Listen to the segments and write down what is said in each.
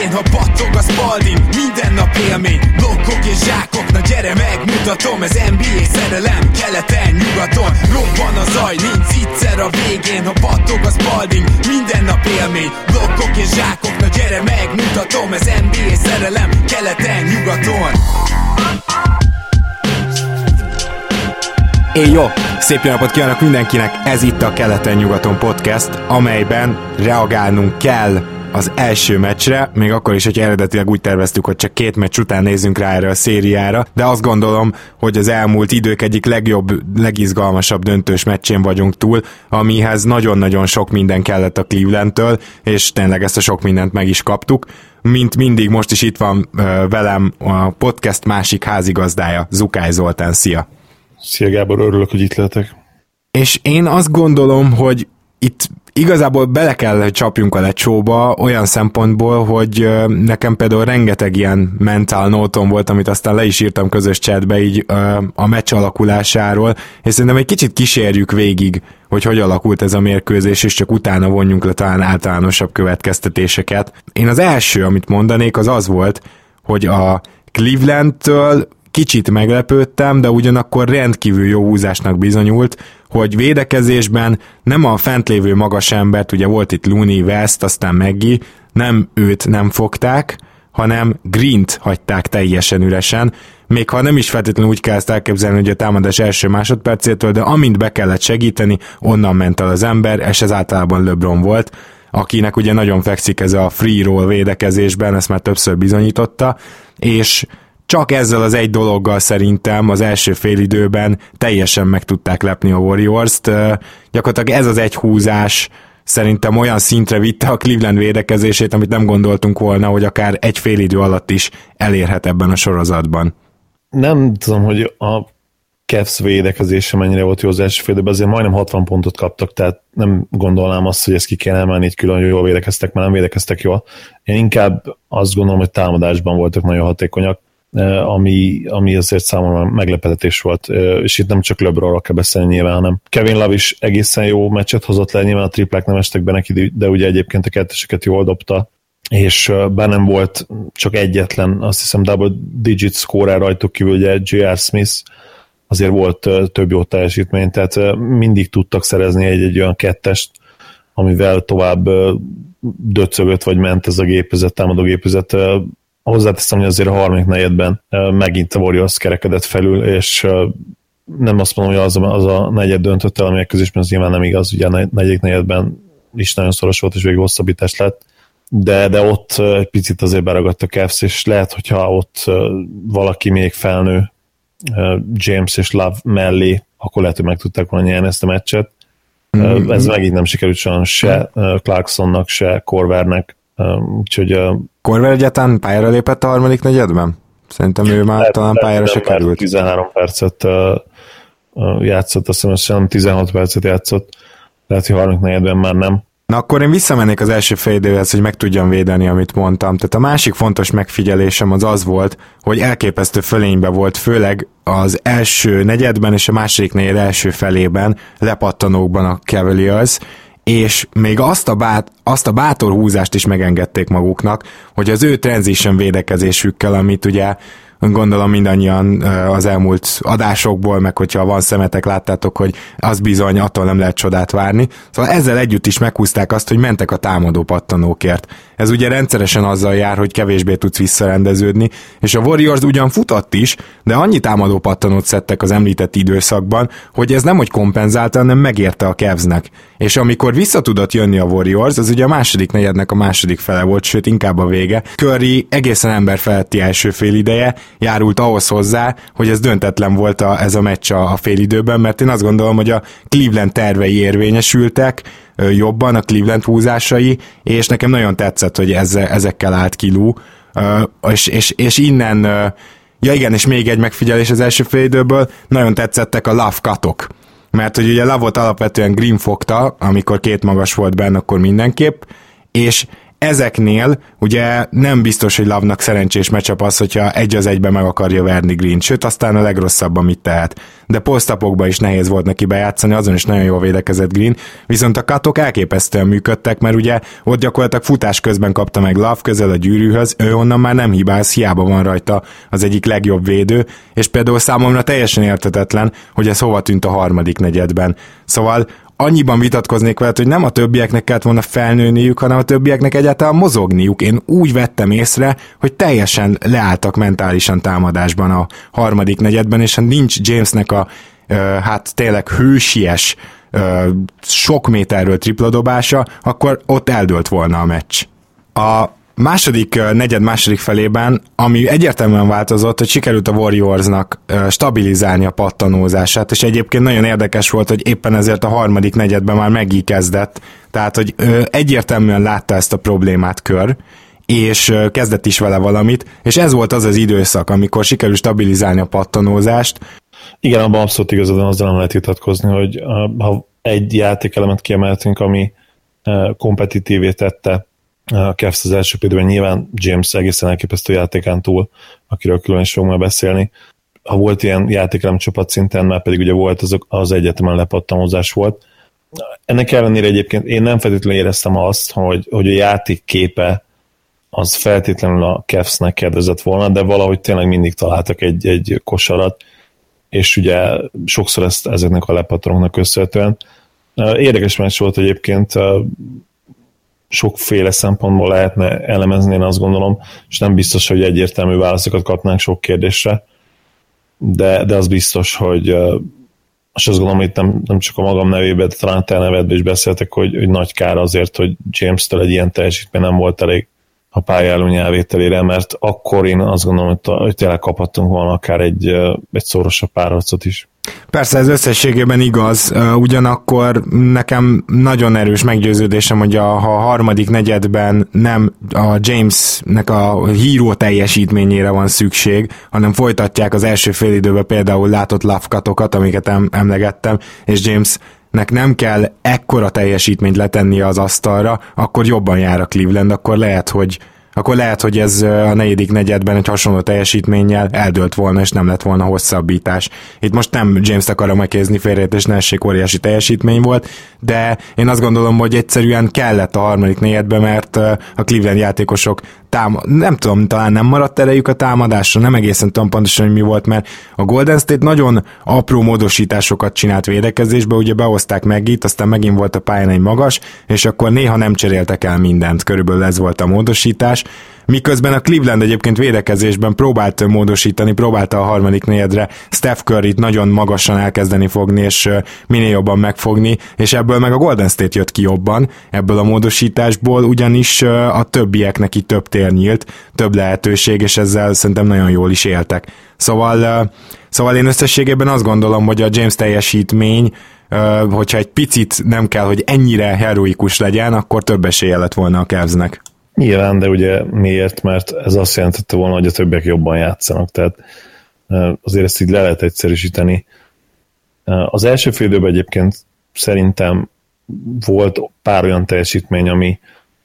végén, ha battog a Spalding, minden nap élmény, blokkok és zsákok, na gyere megmutatom, ez NBA szerelem, keleten, nyugaton, robban a zaj, nincs egyszer a végén, ha battog a Spalding, minden nap élmény, blokkok és zsákok, na gyere megmutatom, ez NBA szerelem, keleten, nyugaton. Jó, szép jó napot kívánok mindenkinek, ez itt a Keleten-nyugaton podcast, amelyben reagálnunk kell az első meccsre, még akkor is, hogy eredetileg úgy terveztük, hogy csak 2 meccs után nézzünk rá erre a szériára, de azt gondolom, hogy az elmúlt idők egyik legjobb, legizgalmasabb döntős meccsén vagyunk túl, amihez nagyon-nagyon sok minden kellett a Clevelandtől, és tényleg ezt a sok mindent meg is kaptuk. Mint mindig, most is itt van velem a podcast másik házigazdája, Zukály Zoltán, szia! Szia Gábor, örülök, hogy itt lehetek. És én azt gondolom, hogy itt igazából bele kell, hogy csapjunk a lecsóba olyan szempontból, hogy nekem például rengeteg ilyen mental note-om volt, amit aztán le is írtam közös chatbe így a meccs alakulásáról, és szerintem egy kicsit kísérjük végig, hogy alakult ez a mérkőzés, és csak utána vonjunk le talán általánosabb következtetéseket. Én az első, amit mondanék, az volt, hogy a Clevelandtől kicsit meglepődtem, de ugyanakkor rendkívül jó húzásnak bizonyult, hogy védekezésben nem a fent lévő magas embert, ugye volt itt Looney, West, aztán Maggie, nem őt nem fogták, hanem Greent hagyták teljesen üresen, még ha nem is feltétlenül úgy kell ezt elképzelni, hogy a támadás első másodpercétől, de amint be kellett segíteni, onnan ment el az ember, és ez általában LeBron volt, akinek ugye nagyon fekszik ez a free roll védekezésben, ezt már többször bizonyította, és csak ezzel az egy dologgal szerintem az első félidőben teljesen meg tudták lepni a Warriors-t. Gyakorlatilag ez az egy húzás szerintem olyan szintre vitte a Cleveland védekezését, amit nem gondoltunk volna, hogy akár egy félidő alatt is elérhet ebben a sorozatban. Nem tudom, hogy a Cavs védekezése mennyire volt jó az első félidőben, azért majdnem 60 pontot kaptak, tehát nem gondolnám azt, hogy ezt ki kell emelni, így külön, hogy jól védekeztek, mert nem védekeztek jól. Én inkább azt gondolom, hogy támadásban voltak nagyon hatékonyak, ami azért számomra meglepetetés volt, és itt nem csak LeBronról kell beszélni nyilván, hanem Kevin Love is egészen jó meccset hozott le, nyilván a triplák nem estek be neki, de ugye egyébként a ketteseket jól dobta, és bár nem volt csak egyetlen, azt hiszem double digit scorer rajtuk kívül, ugye J.R. Smith, azért volt több jó teljesítmény, tehát mindig tudtak szerezni egy olyan kettest, amivel tovább döcögött vagy ment ez a gépezet, támadó gépezet. Hozzáteszem, hogy azért a harmadik negyedben megint a Warriors kerekedett felül, és nem azt mondom, hogy az a negyed döntött el a mérkőzésben, az nyilván nem igaz, ugye a negyedik negyedben is nagyon szoros volt, és végig hosszabbítás lett, de ott egy picit azért beragadt a Cavs, és lehet, hogyha ott valaki még felnő James és Love mellé, akkor lehet, hogy meg tudták volna nyerni ezt a meccset. Ez megint nem sikerült se Clarksonnak, se Korvernek, úgyhogy Korver egyáltalán pályára lépett a harmadik negyedben? Szerintem ő már talán pályára se került. 13 percet játszott, azt hiszem 16 percet játszott, lehet, hogy harmadik negyedben már nem. Na akkor én visszamennék az első fél időhez, hogy meg tudjam védeni, amit mondtam. Tehát a másik fontos megfigyelésem az volt, hogy elképesztő fölénybe volt, főleg az első negyedben és a második negyed első felében lepattanókban a Cavaliers, és még azt a bátor húzást is megengedték maguknak, hogy az ő transition védekezésükkel, amit ugye gondolom mindannyian az elmúlt adásokból, meg hogyha van szemetek, láttátok, hogy az bizony, attól nem lehet csodát várni. Szóval ezzel együtt is meghúzták azt, hogy mentek a támadó pattanókért. Ez ugye rendszeresen azzal jár, hogy kevésbé tudsz visszarendeződni, és a Warriors ugyan futott is, de annyi támadó pattanót szedtek az említett időszakban, hogy ez nem hogy kompenzálta, hanem megérte a Cavsnek. És amikor vissza tudott jönni a Warriors, az ugye a második negyednek a második fele volt, sőt inkább a vége. Curry egészen emberfeletti első félideje járult ahhoz hozzá, hogy ez döntetlen volt ez a meccs a félidőben, mert én azt gondolom, hogy a Cleveland tervei érvényesültek jobban, a Cleveland húzásai, és nekem nagyon tetszett, hogy ezekkel állt ki Lou, és innen, ja igen, és még egy megfigyelés az első félidőből, nagyon tetszettek a Love cutok, mert hogy ugye Love-ot alapvetően Green fogta, amikor két magas volt benne, akkor mindenképp, és ezeknél ugye nem biztos, hogy Love-nak szerencsés matchup az, hogyha 1-1 meg akarja verni Green, sőt aztán a legrosszabb, amit tehet. De posztapokban is nehéz volt neki bejátszani, azon is nagyon jól védekezett Green, viszont a katok elképesztően működtek, mert ugye ott gyakorlatilag futás közben kapta meg Love közel a gyűrűhöz, ő onnan már nem hibáz, hiába van rajta az egyik legjobb védő, és például számomra teljesen érthetetlen, hogy ez hova tűnt a harmadik negyedben. Szóval annyiban vitatkoznék veled, hogy nem a többieknek kellett volna felnőniük, hanem a többieknek egyáltalán mozogniuk. Én úgy vettem észre, hogy teljesen leálltak mentálisan támadásban a harmadik negyedben, és ha nincs Jamesnek a hát tényleg hősies sok méterről tripladobása, akkor ott eldőlt volna a meccs. A negyed második felében, ami egyértelműen változott, hogy sikerült a Warriorsnak stabilizálni a pattanózását, és egyébként nagyon érdekes volt, hogy éppen ezért a harmadik negyedben már Maggie kezdett, tehát hogy egyértelműen látta ezt a problémát Kör, és kezdett is vele valamit, és ez volt az az időszak, amikor sikerült stabilizálni a pattanózást. Igen, abban abszolút igazad, azzal nem lehet vitatkozni, hogy ha egy játékelemet kiemeltünk, ami kompetitívé tette a Cavs az első például, nyilván James egészen elképesztő játékán túl, akiről külön is fogunk már beszélni. Ha volt ilyen játékelem csapatszinten, már pedig ugye volt az egyetemen lepattanózás volt. Ennek ellenére egyébként én nem feltétlenül éreztem azt, hogy a játék képe az feltétlenül a Cavsnek kedvezett volna, de valahogy tényleg mindig találtak egy kosarat, és ugye sokszor ezeknek a lepattanóknak köszönhetően. Érdekes meccs volt egyébként, sokféle szempontból lehetne elemezni, én azt gondolom, és nem biztos, hogy egyértelmű válaszokat kapnánk sok kérdésre, de az biztos, hogy és azt gondolom, hogy itt nem csak a magam nevében, de talán te nevedben is beszéltek, hogy nagy kár azért, hogy James-től egy ilyen teljesítmény nem volt elég a pályállóny elvételére, mert akkor én azt gondolom, hogy tényleg kaphattunk volna akár egy szorosabb párharcot is. Persze ez összességében igaz, ugyanakkor nekem nagyon erős meggyőződésem, hogy ha a harmadik negyedben nem a Jamesnek a híró teljesítményére van szükség, hanem folytatják az első félidőben például látott love-cutokat, amiket emlegettem, és Jamesnek nem kell ekkora teljesítményt letennie az asztalra, akkor jobban jár a Cleveland, akkor lehet, hogy ez a negyedik negyedben egy hasonló teljesítménnyel eldőlt volna, és nem lett volna hosszabbítás. Itt most nem James-t akarom megkézni félrét, és ne essék, óriási teljesítmény volt, de én azt gondolom, hogy egyszerűen kellett a harmadik negyedben, mert a Cleveland játékosok nem tudom, talán nem maradt erejük a támadásra, nem egészen tudom pontosan, hogy mi volt, mert a Golden State nagyon apró módosításokat csinált védekezésbe, ugye behozták Maggie-t, aztán megint volt a pályán egy magas, és akkor néha nem cseréltek el mindent, körülbelül ez volt a módosítás, miközben a Cleveland egyébként védekezésben próbált módosítani, próbálta a harmadik negyedre Steph Curryt nagyon magasan elkezdeni fogni, és minél jobban megfogni, és ebből meg a Golden State jött ki jobban, ebből a módosításból, ugyanis a többieknek így több tér nyílt, több lehetőség, és ezzel szerintem nagyon jól is éltek. Szóval én összességében azt gondolom, hogy a James teljesítmény, hogyha egy picit nem kell, hogy ennyire heroikus legyen, akkor több esélye lett volna a Cavsnek. Nyilván, de ugye miért? Mert ez azt jelentette volna, hogy a többiek jobban játszanak, tehát azért ezt így le lehet egyszerűsíteni. Az első fél időben egyébként szerintem volt pár olyan teljesítmény,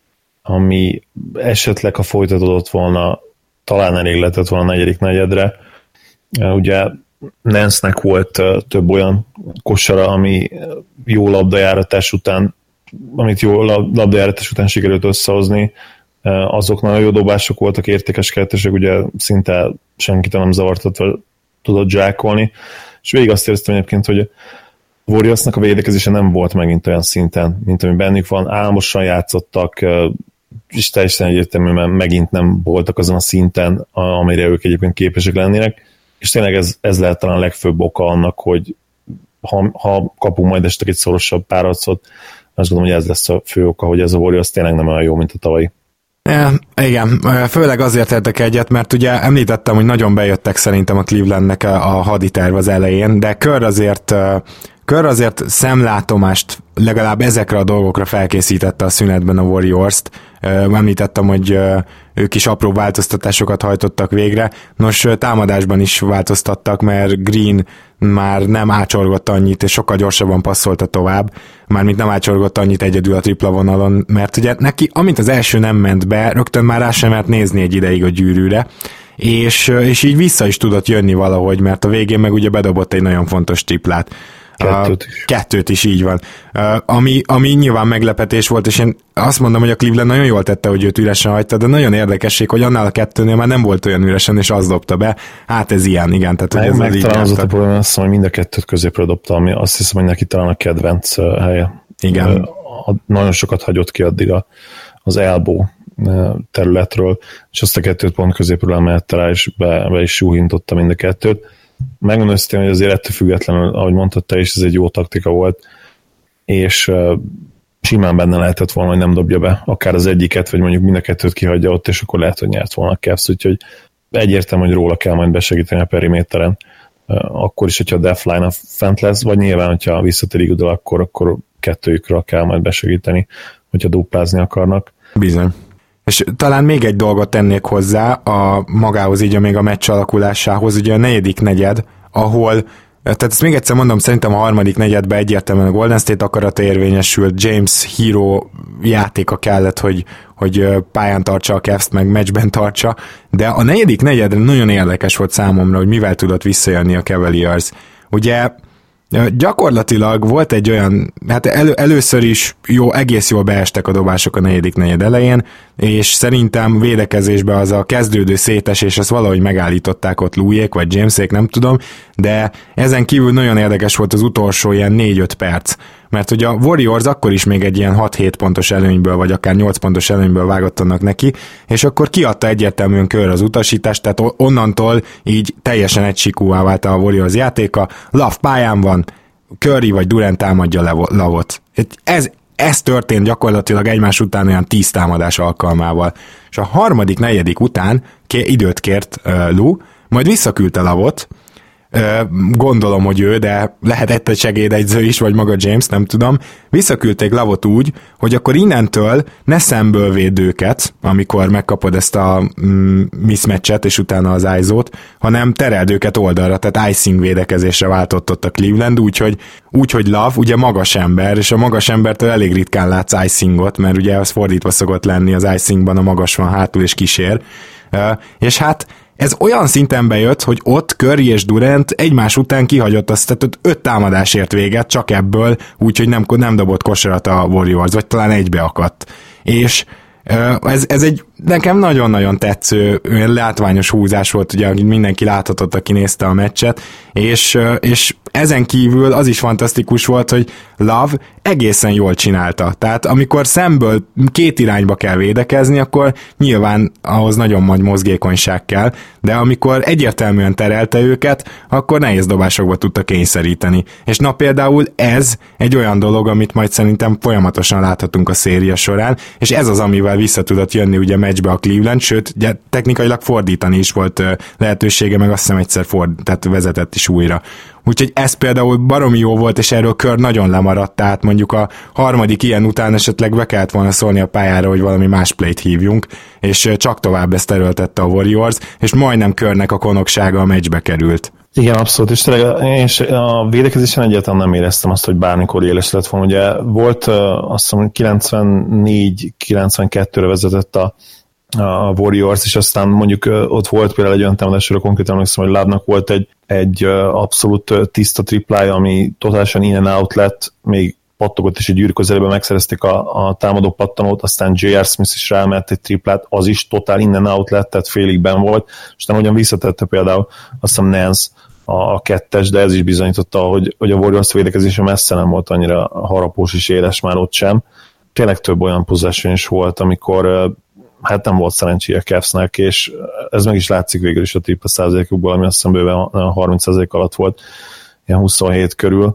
ami esetleg, ha folytatódott volna, talán elég lehetett volna a negyedik negyedre. Ugye Nance-nek volt több olyan kosara, ami jó labdajáratás után sikerült összehozni, azok nagyon jó dobások voltak, értékes keretesek, ugye szinte senkit nem zavartatva tudott zsákolni, és végig azt éreztem egyébként, hogy a Warriorsnak a védekezése nem volt megint olyan szinten, mint ami bennük van, álmosan játszottak, és teljesen egyértelműen megint nem voltak azon a szinten, amire ők egyébként képesek lennének, és tényleg ez lehet talán a legfőbb oka annak, hogy ha kapunk majd esetleg egy szorosabb párharcot, azt gondolom, hogy ez lesz a fő oka, hogy ez a Warriors tényleg nem olyan jó, mint a tavalyi. Igen, főleg azért értek egyet, mert ugye említettem, hogy nagyon bejöttek szerintem a Clevelandnek a haditerv az elején, de Kör azért szemlátomást legalább ezekre a dolgokra felkészítette a szünetben a Warriors-t. említettem, hogy ők is apró változtatásokat hajtottak végre. Nos, támadásban is változtattak, mert Green már nem ácsorgott annyit, és sokkal gyorsabban passzolta tovább, mármint nem ácsorgott annyit egyedül a tripla vonalon, mert ugye neki, amint az első nem ment be, rögtön már rá sem mert nézni egy ideig a gyűrűre, és így vissza is tudott jönni valahogy, mert a végén meg ugye bedobott egy nagyon fontos triplát. Kettőt is, így van. Ami nyilván meglepetés volt, és én azt mondom, hogy a Cleveland nagyon jól tette, hogy őt üresen hagyta, de nagyon érdekesség, hogy annál a kettőnél már nem volt olyan üresen, és az dobta be. Hát ez ilyen, igen. Tehát, hogy ez talán az a probléma, azt hiszem, hogy mind a kettőt középre dobta, ami azt hiszem, hogy neki talán a kedvenc helye. Igen. Nagyon sokat hagyott ki addig az elbow területről, és azt a kettőt pont középről emelte rá, és be is súhintotta mind a kettőt. Megmondom összetén, hogy azért ettől függetlenül, ahogy mondtad te is, ez egy jó taktika volt, és simán benne lehetett volna, hogy nem dobja be akár az egyiket, vagy mondjuk mind a kettőt kihagyja ott, és akkor lehet, hogy nyert volna a Cavs, úgyhogy egyértelmű, hogy róla kell majd besegíteni a periméteren, akkor is, hogyha a deathline fent lesz, vagy nyilván, hogyha visszatér oda, akkor kettőjükről kell majd besegíteni, hogyha duplázni akarnak. Bizony. És talán még egy dolgot tennék hozzá a magához, így még a meccs alakulásához, ugye a negyedik negyed, ahol, tehát ezt még egyszer mondom, szerintem a harmadik negyedben egyértelműen a Golden State akarata érvényesült, James Hero játéka kellett, hogy pályán tartsa a Cavs-t, meg meccsben tartsa, de a negyedik negyedre nagyon érdekes volt számomra, hogy mivel tudott visszajönni a Cavaliers. Ugye gyakorlatilag volt egy olyan, hát először is egész jól beestek a dobások a negyedik negyed elején, és szerintem védekezésben az a kezdődő szétesés, ezt valahogy megállították ott Louisék, vagy Jamesék, nem tudom, de ezen kívül nagyon érdekes volt az utolsó ilyen 4-5 perc, mert ugye a Warriors akkor is még egy ilyen 6-7 pontos előnyből, vagy akár 8 pontos előnyből vágottak neki, és akkor kiadta egyértelműen kör az utasítást, tehát onnantól így teljesen egysikúvá vált a Warriors játéka, Love pályán van, Curry vagy Durant támadja Love-ot. Ez történt gyakorlatilag egymás után olyan 10 támadás alkalmával. És a harmadik, negyedik után időt kért Lou, majd visszaküldte Love-ot, gondolom, hogy ő, de lehet egy segédegyző is, vagy maga James, nem tudom, visszaküldték Love-ot úgy, hogy akkor innentől ne szemből védd őket, amikor megkapod ezt a mismatchet, és utána az ISO-t, hanem tereld őket oldalra, tehát icing védekezésre váltott ott a Cleveland, úgyhogy Love ugye magas ember, és a magas embertől elég ritkán látsz icingot, mert ugye az fordítva szokott lenni, az icingban a magas van hátul és kísér, és hát ez olyan szinten bejött, hogy ott Curry és Durant egymás után kihagyott azt, tehát 5 támadás ért véget, csak ebből, úgyhogy nem dobott kosarat a Warriors, vagy talán egybe akadt. És ez egy nekem nagyon-nagyon tetsző, olyan látványos húzás volt, ugye, hogy mindenki láthatott, aki nézte a meccset, és ezen kívül az is fantasztikus volt, hogy Love egészen jól csinálta. Tehát amikor szemből 2 irányba kell védekezni, akkor nyilván ahhoz nagyon nagy mozgékonyság kell, de amikor egyértelműen terelte őket, akkor nehéz dobásokba tudta kényszeríteni. És na például ez egy olyan dolog, amit majd szerintem folyamatosan láthatunk a széria során, és ez az, amivel vissza tudott jönni ugye meccsbe a Cleveland, sőt, ugye, technikailag fordítani is volt lehetősége, meg azt hiszem egyszer tehát vezetett is újra. Úgyhogy ez például baromi jó volt, és erről Kör nagyon lemaradt, tehát mondjuk a harmadik ilyen után esetleg be kellett volna szólni a pályára, hogy valami más play-t hívjunk, és csak tovább ezt erőltette a Warriors, és majdnem Körnek a konoksága a meccsbe került. Igen, abszolút, és tényleg én a védekezésen egyáltalán nem éreztem azt, hogy bármikor éles lett volna. Ugye volt azt hiszem, 94-92-re vezetett a Warriors, és aztán mondjuk ott volt például egy olyan támadásra, konkrétan emlékszem, hogy Love-nak volt egy abszolút tiszta triplája, ami totálisan in and out lett, még pattogott is egy gyűrű közelében, megszerezték a támadó pattanót, aztán J.R. Smith is rámert egy triplát, az is totál in and out lett, tehát félig ben volt, és nem hogyan visszatette például azt hiszem Nance a 2-es, de ez is bizonyította, hogy a Warriors védekezése messze nem volt annyira harapós és éles már ott sem. Tényleg több olyan possession is volt, amikor hát nem volt szerencséje a Cavsnek, és ez meg is látszik végül is a tripla százalékukból, ami azt hiszem bőven 30% alatt volt, ilyen 27 körül.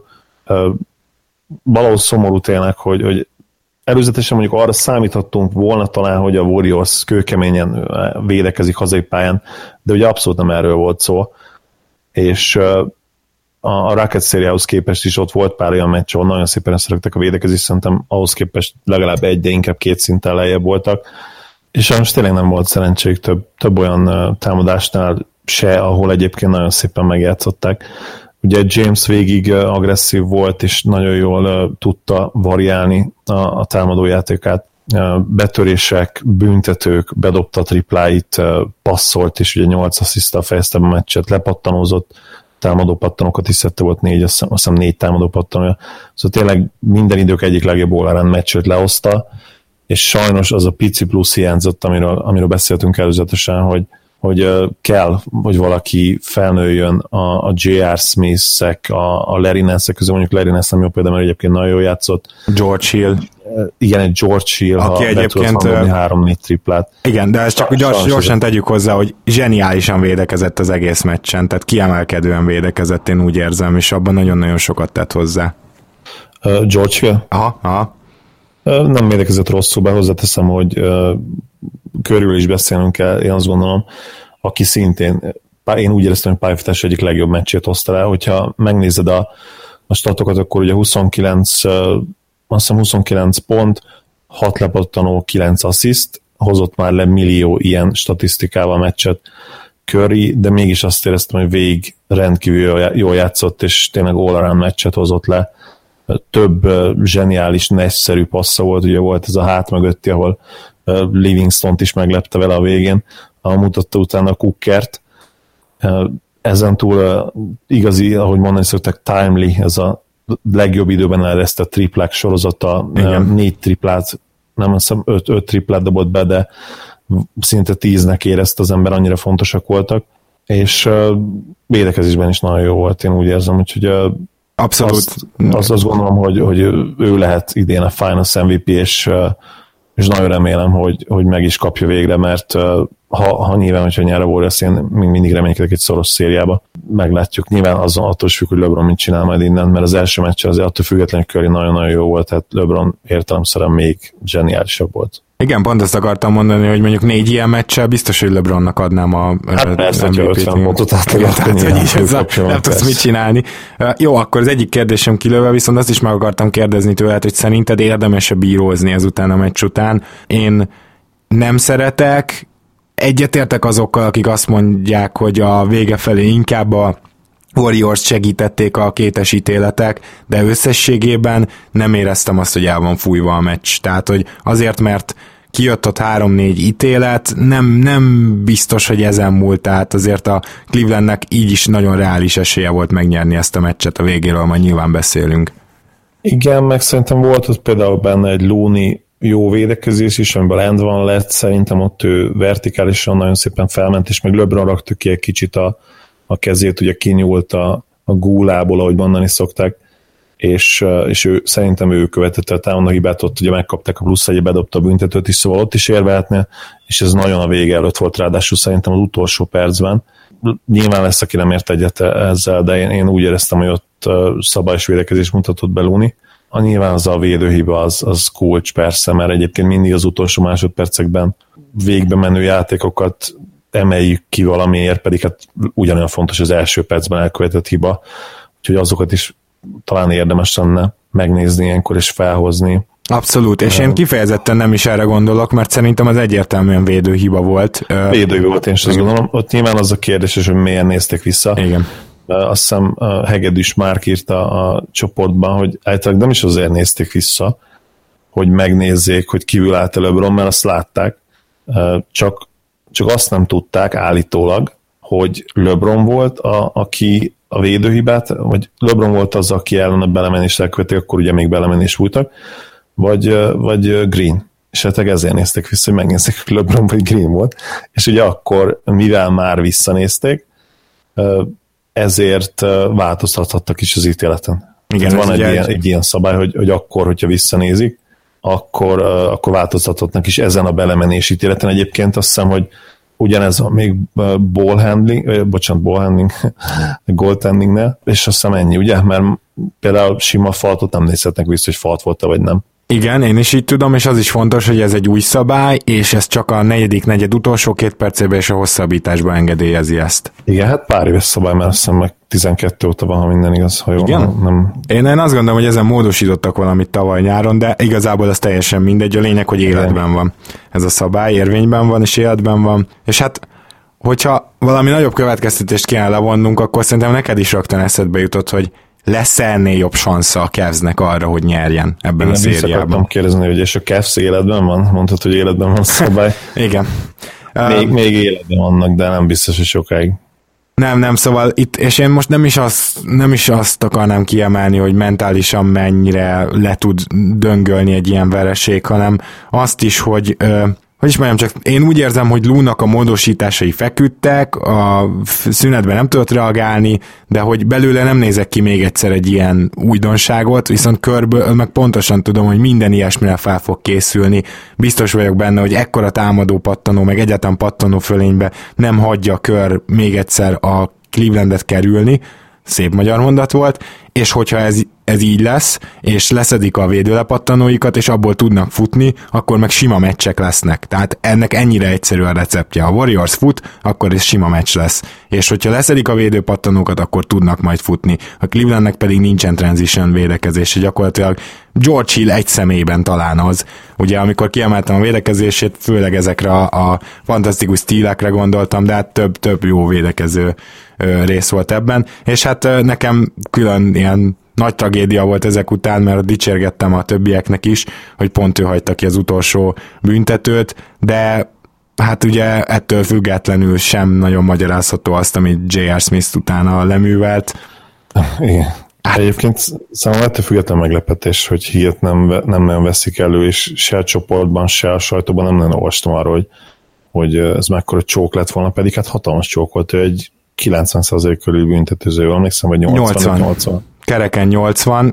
Valahogy szomorú tényleg, hogy előzetesen mondjuk arra számíthattunk volna talán, hogy a Warriors kőkeményen védekezik hazai pályán, de ugye abszolút nem erről volt szó. És a Rocket szériához képest is ott volt pár olyan meccs, ahol nagyon szépen összeraktak a védekezés, szerintem ahhoz képest legalább egy, de inkább két szinten lejjebb voltak, és sajnos tényleg nem volt szerencséjük több olyan támadásnál se, ahol egyébként nagyon szépen megjátszották. Ugye James végig agresszív volt, és nagyon jól tudta variálni a támadójátékát. Betörések, büntetők, bedobta tripláit, passzolt, és ugye 8 assziszttal fejezte a meccset, lepattanózott, támadó pattanókat is szedte, volt 4, azt hiszem 4 támadó pattanója. Szóval tényleg minden idők egyik legjobb all-around meccsét lehozta, és sajnos az a pici plusz hiányzott, amiről beszéltünk előzetesen, hogy kell, hogy valaki felnőjön a J.R. Smith-ek, a Larry Nance-ek közül, mondjuk Larry Nance nem jó példa, mert egyébként nagyon jól játszott. George Hill. Igen, egy George Hill, aki ha egyébként 3-4 triplát. Igen, de ezt csak gyorsan tegyük hozzá, hogy zseniálisan védekezett az egész meccsen, tehát kiemelkedően védekezett, én úgy érzem, és abban nagyon-nagyon sokat tett hozzá. George Hill? Aha. Nem védekezett rosszul, be hozzáteszem, hogy körül is beszélnünk kell, én azt gondolom, aki szintén, én úgy éreztem, hogy pályafutás egyik legjobb meccsét hozta le, hogyha megnézed a statokat, akkor ugye 29 pont, 6 lepattanó, 9 assziszt, hozott már le millió ilyen statisztikával meccset Curry, de mégis azt éreztem, hogy végig rendkívül jól játszott, és tényleg all-around meccset hozott le. Több zseniális, nagyszerű passza volt, ugye volt ez a hát mögötti, ahol Livingstone-t is meglepte vele a végén, mutatta utána a Cookert. Ezen túl igen, ahogy mondani szokták, timely, ez a legjobb időben eleresztett triplák sorozata, 4 triplát, nem azt hiszem 5 triplát dobott be, de szinte 10-nek érezte az ember, annyira fontosak voltak, és védekezésben is nagyon jó volt, én úgy érzem, úgyhogy abszolút. Azt gondolom, hogy ő lehet idén a Finals MVP, és nagyon remélem, hogy meg is kapja végre, mert ha nyilván, hogyha nyer a Warriors, én mindig reménykedek egy szoros szériába. Meglátjuk. Nyilván attól függ, hogy LeBron mit csinál majd innen, mert az első meccsen azért attól függetlenül Curry nagyon-nagyon jó volt, tehát LeBron értelemszerűen még zseniálisabb volt. Igen, pont ezt akartam mondani, hogy mondjuk 4 ilyen meccsel biztos, hogy LeBronnak adnám a persze, hogy 50 pontot nem tudsz mit csinálni. Jó, akkor az egyik kérdésem kilőve, viszont azt is meg akartam kérdezni tőled, hogy szerinted érdemes-e bírózni ezután a meccs után. Én nem szeretek, egyetértek azokkal, akik azt mondják, hogy a vége felé inkább a Warriors segítették a kétes ítéletek, de összességében nem éreztem azt, hogy el van fújva a meccs. Tehát, hogy azért, mert kijött ott 3-4 ítélet, nem biztos, hogy ezen múlt, tehát azért a Clevelandnek így is nagyon reális esélye volt megnyerni ezt a meccset, a végéről majd nyilván beszélünk. Igen, meg szerintem volt ott például benne egy Looney jó védekezés is, amiben end van lett, szerintem ott ő vertikálisan nagyon szépen felment, és meg LeBron rakta ki egy kicsit a kezét, ugye kinyúlt a gúlából, ahogy mondani szokták, és szerintem ő követette a támadó hibát, ott ugye megkapták a plusz egyet, bedobta a büntetőt is, szóval ott is érvehetne, és ez nagyon a vége előtt volt, ráadásul szerintem az utolsó percben. Nyilván lesz, aki nem ért egyet ezzel, de én úgy éreztem, hogy ott szabályos védekezés mutatott be Looney. Nyilván az a védőhiba az kulcs persze, mert egyébként mindig az utolsó másodpercekben végbe menő játékokat emeljük ki valamiért, pedig hát ugyanolyan fontos az első percben elkövetett hiba, úgyhogy azokat is talán érdemes lenne megnézni ilyenkor és felhozni. Abszolút, és én kifejezetten nem is erre gondolok, mert szerintem az egyértelműen védőhiba volt. Védőhiba volt, én is azt gondolom. Ott nyilván az a kérdés, hogy milyen nézték vissza. Igen. Azt hiszem Hegedűs Márk írta a csoportban, hogy általában nem is azért nézték vissza, hogy megnézzék, hogy kívül állt a LeBron, mert azt látták, csak azt nem tudták állítólag, hogy LeBron volt, aki a védőhibát, vagy LeBron volt az, aki ellen a belemenést elkövették, akkor ugye még belemenés voltak, vagy Green. És hát ezért nézték vissza, hogy megnézték, hogy LeBron vagy Green volt. És ugye akkor, mivel már visszanézték, ezért változtathattak is az ítéleten. Igen, van egy ilyen szabály, hogy akkor, hogyha visszanézik, akkor változtathatnak is ezen a belemenés ítéleten. Egyébként azt hiszem, hogy ugyanez a még goaltendingnál, és azt hiszem ennyi, ugye? Mert például sima faltot nem nézhetnek vissza, hogy falt volt-e, vagy nem. Igen, én is így tudom, és az is fontos, hogy ez egy új szabály, és ez csak a negyed utolsó 2 percében és a hosszabbításban engedélyezi ezt. Igen, hát pár éves szabály, mert azt hiszem meg 12 óta van, ha minden igaz, ha jól. Igen? Nem. Én azt gondolom, hogy ezen módosítottak valamit tavaly nyáron, de igazából ez teljesen mindegy, a lényeg, hogy életben van. Ez a szabály érvényben van, és életben van, és hát hogyha valami nagyobb következtetést kéne levonnunk, akkor szerintem neked is rögtön eszedbe jutott, hogy lesz ennél jobb sansza a Cavs-nek arra, hogy nyerjen ebben én a szériában. Én akartam kérdezni, hogy és a Cavs életben van? Mondtad, hogy életben van a szabály. Igen. Még életben vannak, de nem biztos, hogy sokáig. Nem, szóval itt, és én most nem is azt akarnám kiemelni, hogy mentálisan mennyire le tud döngölni egy ilyen vereség, hanem azt is, hogy is mondjam, csak én úgy érzem, hogy Lúnak a módosításai feküdtek, a szünetben nem tudott reagálni, de hogy belőle nem nézek ki még egyszer egy ilyen újdonságot, viszont körből meg pontosan tudom, hogy minden ilyesmire fel fog készülni. Biztos vagyok benne, hogy ekkora támadó pattanó, meg egyáltalán pattanó fölénybe nem hagyja a kör még egyszer a Clevelandet kerülni, szép magyar mondat volt, és hogyha ez így lesz, és leszedik a védőlepattanóikat, és abból tudnak futni, akkor meg sima meccsek lesznek. Tehát ennek ennyire egyszerű a receptje. Ha a Warriors fut, akkor ez sima meccs lesz. És hogyha leszedik a védőpattanókat, akkor tudnak majd futni. A Clevelandnek pedig nincsen transition védekezés, gyakorlatilag George Hill egy személyben talán az. Ugye amikor kiemeltem a védekezését, főleg ezekre a fantasztikus stílekre gondoltam, de hát több jó védekező rész volt ebben. És hát nekem külön ilyen nagy tragédia volt ezek után, mert dicsérgettem a többieknek is, hogy pont ő hagyta ki az utolsó büntetőt, de hát ugye ettől függetlenül sem nagyon magyarázható azt, amit J.R. Smith utána leművelt. Igen. Egyébként számomra ettől független meglepetés, hogy Hilt nem nagyon veszik elő, és se a csoportban, se a sajtóban nem nagyon olvastam arról, hogy ez mekkora csók lett volna, pedig hát hatalmas csók volt, ő egy 90% körül büntetőző, emlékszem, vagy 80. Kereken 80.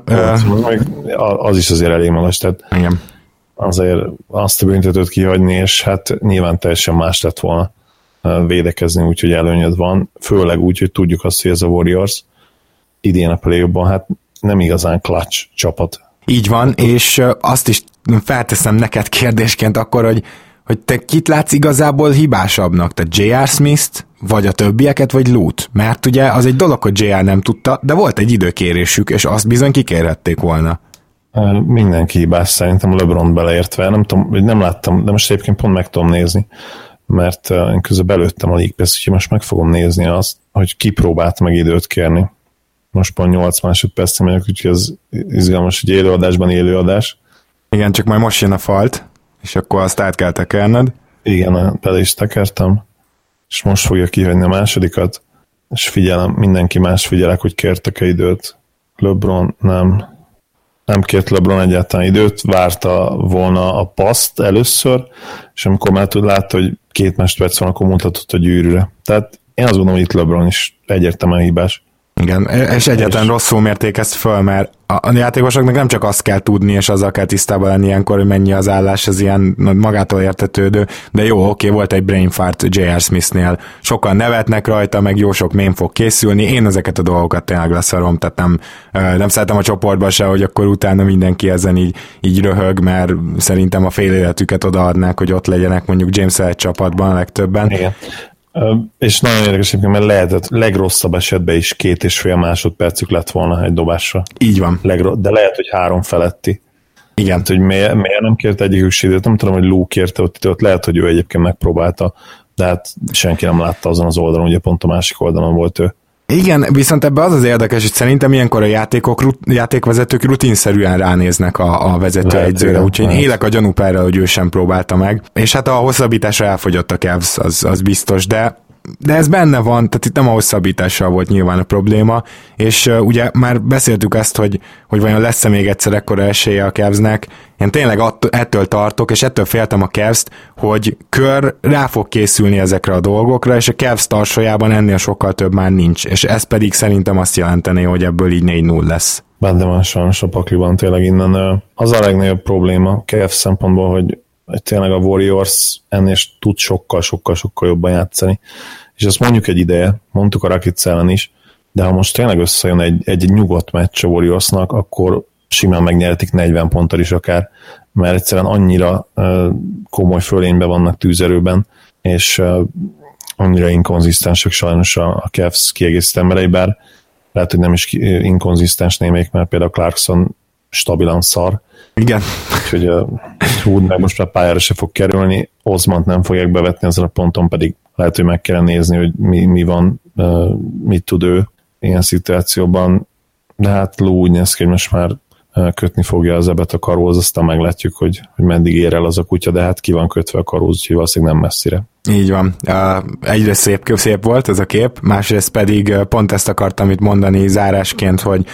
Az is azért elég magas, tehát igen. Azért azt a büntetőt kihagyni, és hát nyilván teljesen más lett volna védekezni, úgyhogy előnyöd van, főleg úgy, hogy tudjuk azt, hogy ez a Warriors idén a play-offban, hát nem igazán clutch csapat. Így van, és azt is felteszem neked kérdésként akkor, hogy te kit látsz igazából hibásabbnak? Te J.R. Smith-t, vagy a többieket, vagy Lute? Mert ugye az egy dolog, hogy J.R. nem tudta, de volt egy időkérésük, és azt bizony kikérhették volna. Mindenki hibás, szerintem LeBron beleértve. Nem tudom, nem láttam, de most egyébként pont meg tudom nézni, mert én közben belőttem a League Pass, úgyhogy most meg fogom nézni azt, hogy ki próbált meg időt kérni. Most pont 8 másodpercen megyek, úgyhogy ez izgalmas, hogy élőadás. Igen, csak majd most jön a falt, és akkor azt át kell tekerned. Igen, bele is tekertem, és most fogja kihagyni a másodikat, és figyelem, mindenki más figyelek, hogy kértek-e időt. LeBron nem kért LeBron egyáltalán időt, várta volna a paszt először, és amikor már látta, hogy 2 másodperc van, akkor mutatott a gyűrűre. Tehát én azt gondolom, hogy itt LeBron is egyértelműen hibás. Igen, és egyáltalán rosszul mérték ezt föl, mert a játékosoknak nem csak azt kell tudni, és azzal kell tisztában lenni ilyenkor, hogy mennyi az állás, ez ilyen magától értetődő, de jó, oké, volt egy brain fart J.R. Smithnél, sokan nevetnek rajta, meg jó sok mém fog készülni, én ezeket a dolgokat tényleg leszarom, tehát nem szeretem a csoportban se, hogy akkor utána mindenki ezen így röhög, mert szerintem a fél életüket odaadnák, hogy ott legyenek mondjuk James-el egy csapatban a legtöbben. Igen. És nagyon érdekes, mert lehetett legrosszabb esetben is 2,5 másodpercük lett volna egy dobásra. Így van. De lehet, hogy 3 feletti. Igen. Hát, hogy miért nem kért egyikük időt, nem tudom, hogy Lou kérte ott lehet, hogy ő egyébként megpróbálta, de hát senki nem látta azon az oldalon, ugye pont a másik oldalon volt ő. Igen, viszont ebben az érdekes, hogy szerintem ilyenkor a játékvezetők rutinszerűen ránéznek a vezetőegyzőre, úgyhogy én élek a gyanúperrel, hogy ő sem próbálta meg. És hát a hosszabbításra elfogyott a Cavs, az biztos, de ez benne van, tehát itt nem a hosszabbítással volt nyilván a probléma, és ugye már beszéltük ezt, hogy vajon lesz-e még egyszer ekkora esélye a Cavsnek. Én tényleg ettől tartok, és ettől féltem a Cavs-t, hogy kör rá fog készülni ezekre a dolgokra, és a Cavs tarsajában ennél sokkal több már nincs, és ez pedig szerintem azt jelentené, hogy ebből így 4-0 lesz. Benne van sajnos a pakliban tényleg innen. Az a legnagyobb probléma Cavs szempontból, hogy tényleg a Warriors ennél tud sokkal jobban játszani. És ezt mondjuk egy ideje, mondtuk a Rockets ellen is, de ha most tényleg összejön egy nyugodt meccs a Warriorsnak, akkor simán megnyerhetik 40 ponttal is akár, mert egyszerűen annyira komoly fölényben vannak tűzerőben, és annyira inkonzisztensek sajnos a Cavs kiegészítő emberei, bár lehet, hogy nem is inkonzisztens némelyik, mert például Clarkson stabilan szar. Igen. Úgyhogy Wood meg most már pályára se fog kerülni, Osmant nem fogják bevetni ezen a ponton, pedig lehet, hogy meg kell nézni, hogy mi van, mit tud ő ilyen szituációban, de hát Lou úgy néz ki, hogy most már kötni fogja az ebet a karóhoz, aztán meglátjuk, hogy meddig ér el az a kutya, de hát ki van kötve a karóhoz, úgyhogy valószínűleg nem messzire. Így van. Egyrészt szép volt ez a kép, másrészt pedig pont ezt akartam itt mondani zárásként, hogy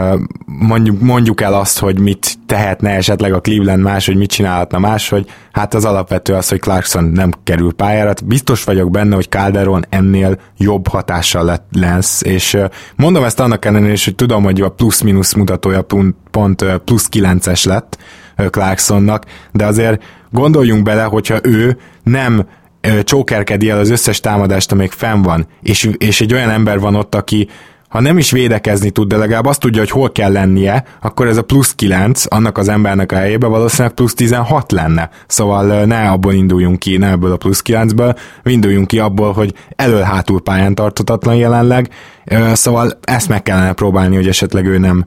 mondjuk el azt, hogy mit tehetne esetleg a Cleveland más, hogy mit csinálhatna más, hogy hát az alapvető az, hogy Clarkson nem kerül pályára. Biztos vagyok benne, hogy Calderon ennél jobb hatással lesz, és mondom ezt annak ellenére is, hogy tudom, hogy a plusz-minusz mutatója pont plusz 9-es lett Clarksonnak, de azért gondoljunk bele, hogyha ő nem csókerkedi el az összes támadást, amelyik fenn van, és egy olyan ember van ott, aki ha nem is védekezni tud, de legalább azt tudja, hogy hol kell lennie, akkor ez a plusz 9 annak az embernek a helyébe valószínűleg plusz 16 lenne. Szóval ne abból induljunk ki, ne ebből a plusz 9-ből, induljunk ki abból, hogy elől-hátul pályán tartatatlan jelenleg, szóval ezt meg kellene próbálni, hogy esetleg ő nem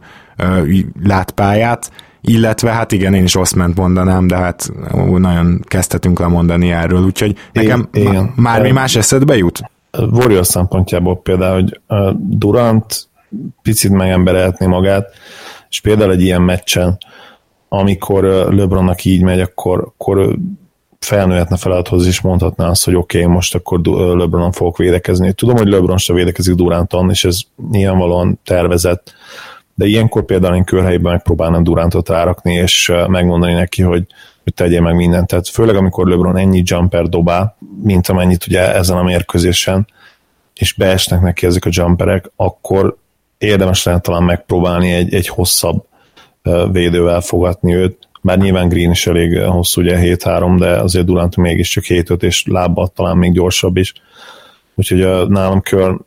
lát pályát, illetve hát igen, én is Osment mondanám, de hát nagyon kezdhetünk lemondani erről, úgyhogy nekem mi más eszedbe jut? Warriors szempontjából például, hogy Durant picit megemberelhetné magát, és például egy ilyen meccsen, amikor LeBronnak így megy, akkor felnőhetne feladathoz, és mondhatná azt, hogy oké, most akkor LeBronon fogok védekezni. Tudom, hogy LeBron se védekezik Duranton, és ez nyilvánvalóan tervezett, de ilyenkor például én körhelyben megpróbálnám Durantot rárakni, és megmondani neki, hogy tegyél meg mindent. Tehát főleg, amikor LeBron ennyi jumper dobál, mint amennyit ugye ezen a mérkőzésen, és beesnek neki ezek a jumperek, akkor érdemes lenne talán megpróbálni egy hosszabb védővel fogatni őt. Bár nyilván Green is elég hosszú, ugye 7-3, de azért Durant mégiscsak 7-5, és lábbal talán még gyorsabb is. Úgyhogy nálam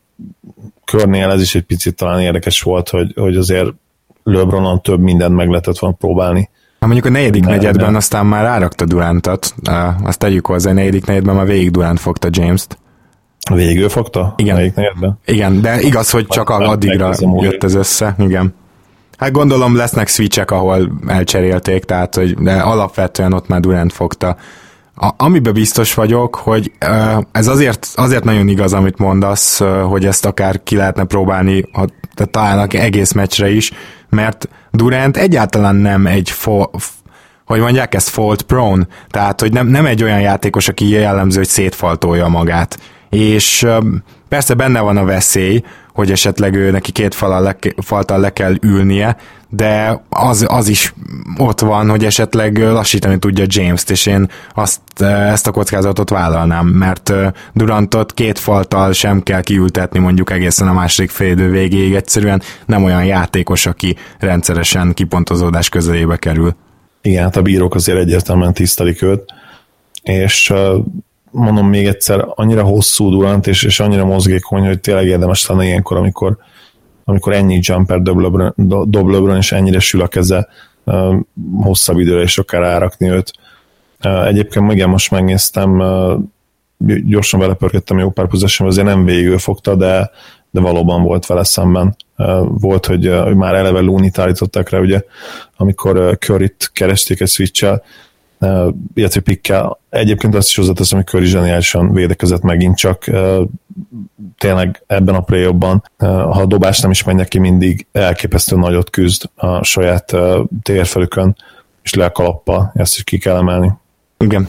körnél ez is egy picit talán érdekes volt, hogy azért LeBronon több mindent meg lehetett volna próbálni. Mondjuk a negyedik negyedben aztán már rárakta Durantot, azt tegyük hozzá, a negyedik negyedben már végig Durant fogta James-t. Végig ő fogta? Igen. Igen, de igaz, hogy csak addigra jött ez össze, igen. Hát gondolom lesznek switchek, ahol elcserélték, tehát hogy de alapvetően ott már Durant fogta. Amiben biztos vagyok, hogy ez azért nagyon igaz, amit mondasz, hogy ezt akár ki lehetne próbálni, talán egész meccsre is, mert Durant egyáltalán nem egy hogy mondják ezt, fault prone, tehát hogy nem egy olyan játékos, aki jellemző, hogy szétfaltolja magát. És persze benne van a veszély, hogy esetleg ő neki két faltal le kell ülnie, de az is ott van, hogy esetleg lassítani tudja James-t, és én ezt a kockázatot vállalnám, mert Durantot két faltal sem kell kiültetni mondjuk egészen a második félidő végéig, egyszerűen nem olyan játékos, aki rendszeresen kipontozódás közelébe kerül. Igen, hát a bírók azért egyértelműen tisztelik őt, és mondom még egyszer, annyira hosszú Durant, és annyira mozgékony, hogy tényleg érdemes lenne ilyenkor, amikor ennyi jumper dob LeBron, és ennyire sül a keze, hosszabb időre is akár rárakni őt. Egyébként igen, most megnéztem, gyorsan belepörgettem jó pár possession, azért nem végül fogta, de valóban volt vele szemben. Volt, hogy már eleve Looney-t állították rá, ugye, amikor Curryt keresték egy switch-el, illetve pikkel. Egyébként azt is hozzáteszem, hogy Curry zseniálisan védekezett megint, csak tényleg ebben a play-offban, ha a dobás nem is megy neki, mindig elképesztő nagyot küzd a saját térfelükön, és le a kalappal, ezt is ki kell emelni. Igen.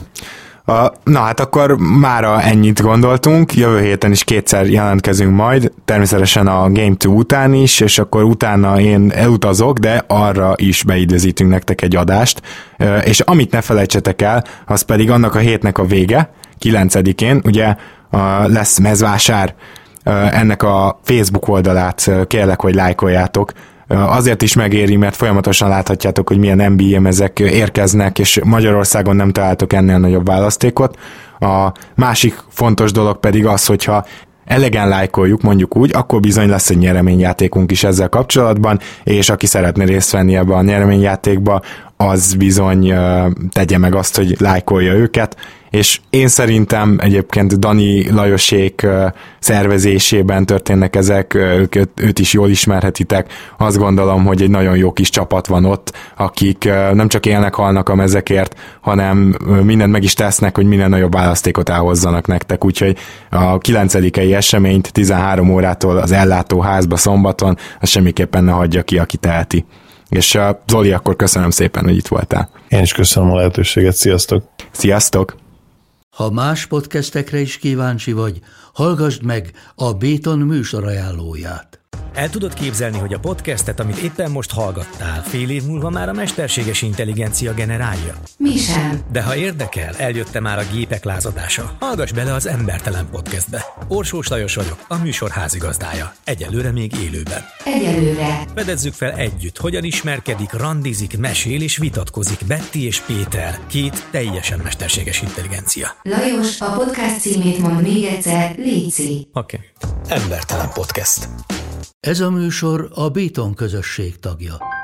Na hát akkor mára ennyit gondoltunk, jövő héten is kétszer jelentkezünk majd, természetesen a Game 2 után is, és akkor utána én elutazok, de arra is beidőzítünk nektek egy adást, és amit ne felejtsetek el, az pedig annak a hétnek a vége, 9-én, ugye lesz mezvásár, ennek a Facebook oldalát kérlek, hogy lájkoljátok, azért is megéri, mert folyamatosan láthatjátok, hogy milyen NBA mezek érkeznek, és Magyarországon nem találtok ennél nagyobb választékot. A másik fontos dolog pedig az, hogyha elegen lájkoljuk, mondjuk úgy, akkor bizony lesz egy nyereményjátékunk is ezzel kapcsolatban, és aki szeretne részt venni ebbe a nyereményjátékba, az bizony tegye meg azt, hogy lájkolja őket, és én szerintem egyébként Dani Lajosék szervezésében történnek ezek, őt is jól ismerhetitek, azt gondolom, hogy egy nagyon jó kis csapat van ott, akik nem csak élnek, halnak a mezekért, hanem mindent meg is tesznek, hogy minél nagyobb választékot elhozzanak nektek, úgyhogy a 9-i eseményt 13 órától az ellátóházba szombaton, az semmiképpen ne hagyja ki, aki teheti. És Zoli, akkor köszönöm szépen, hogy itt voltál. Én is köszönöm a lehetőséget, sziasztok! Sziasztok! Ha más podcastekre is kíváncsi vagy, hallgassd meg a Béton műsor ajánlóját. El tudod képzelni, hogy a podcastet, amit éppen most hallgattál, fél év múlva már a mesterséges intelligencia generálja? Mi sem. De ha érdekel, eljött már a gépek lázadása. Hallgass bele az Embertelen Podcastbe. Orsós Lajos vagyok, a műsor házigazdája. Egyelőre még élőben. Egyelőre. Fedezzük fel együtt, hogyan ismerkedik, randizik, mesél és vitatkozik Betty és Péter, két teljesen mesterséges intelligencia. Lajos, a podcast címét mond még egyszer, léci. Oké. Embertelen Podcast. Ez a műsor a Béton közösség tagja.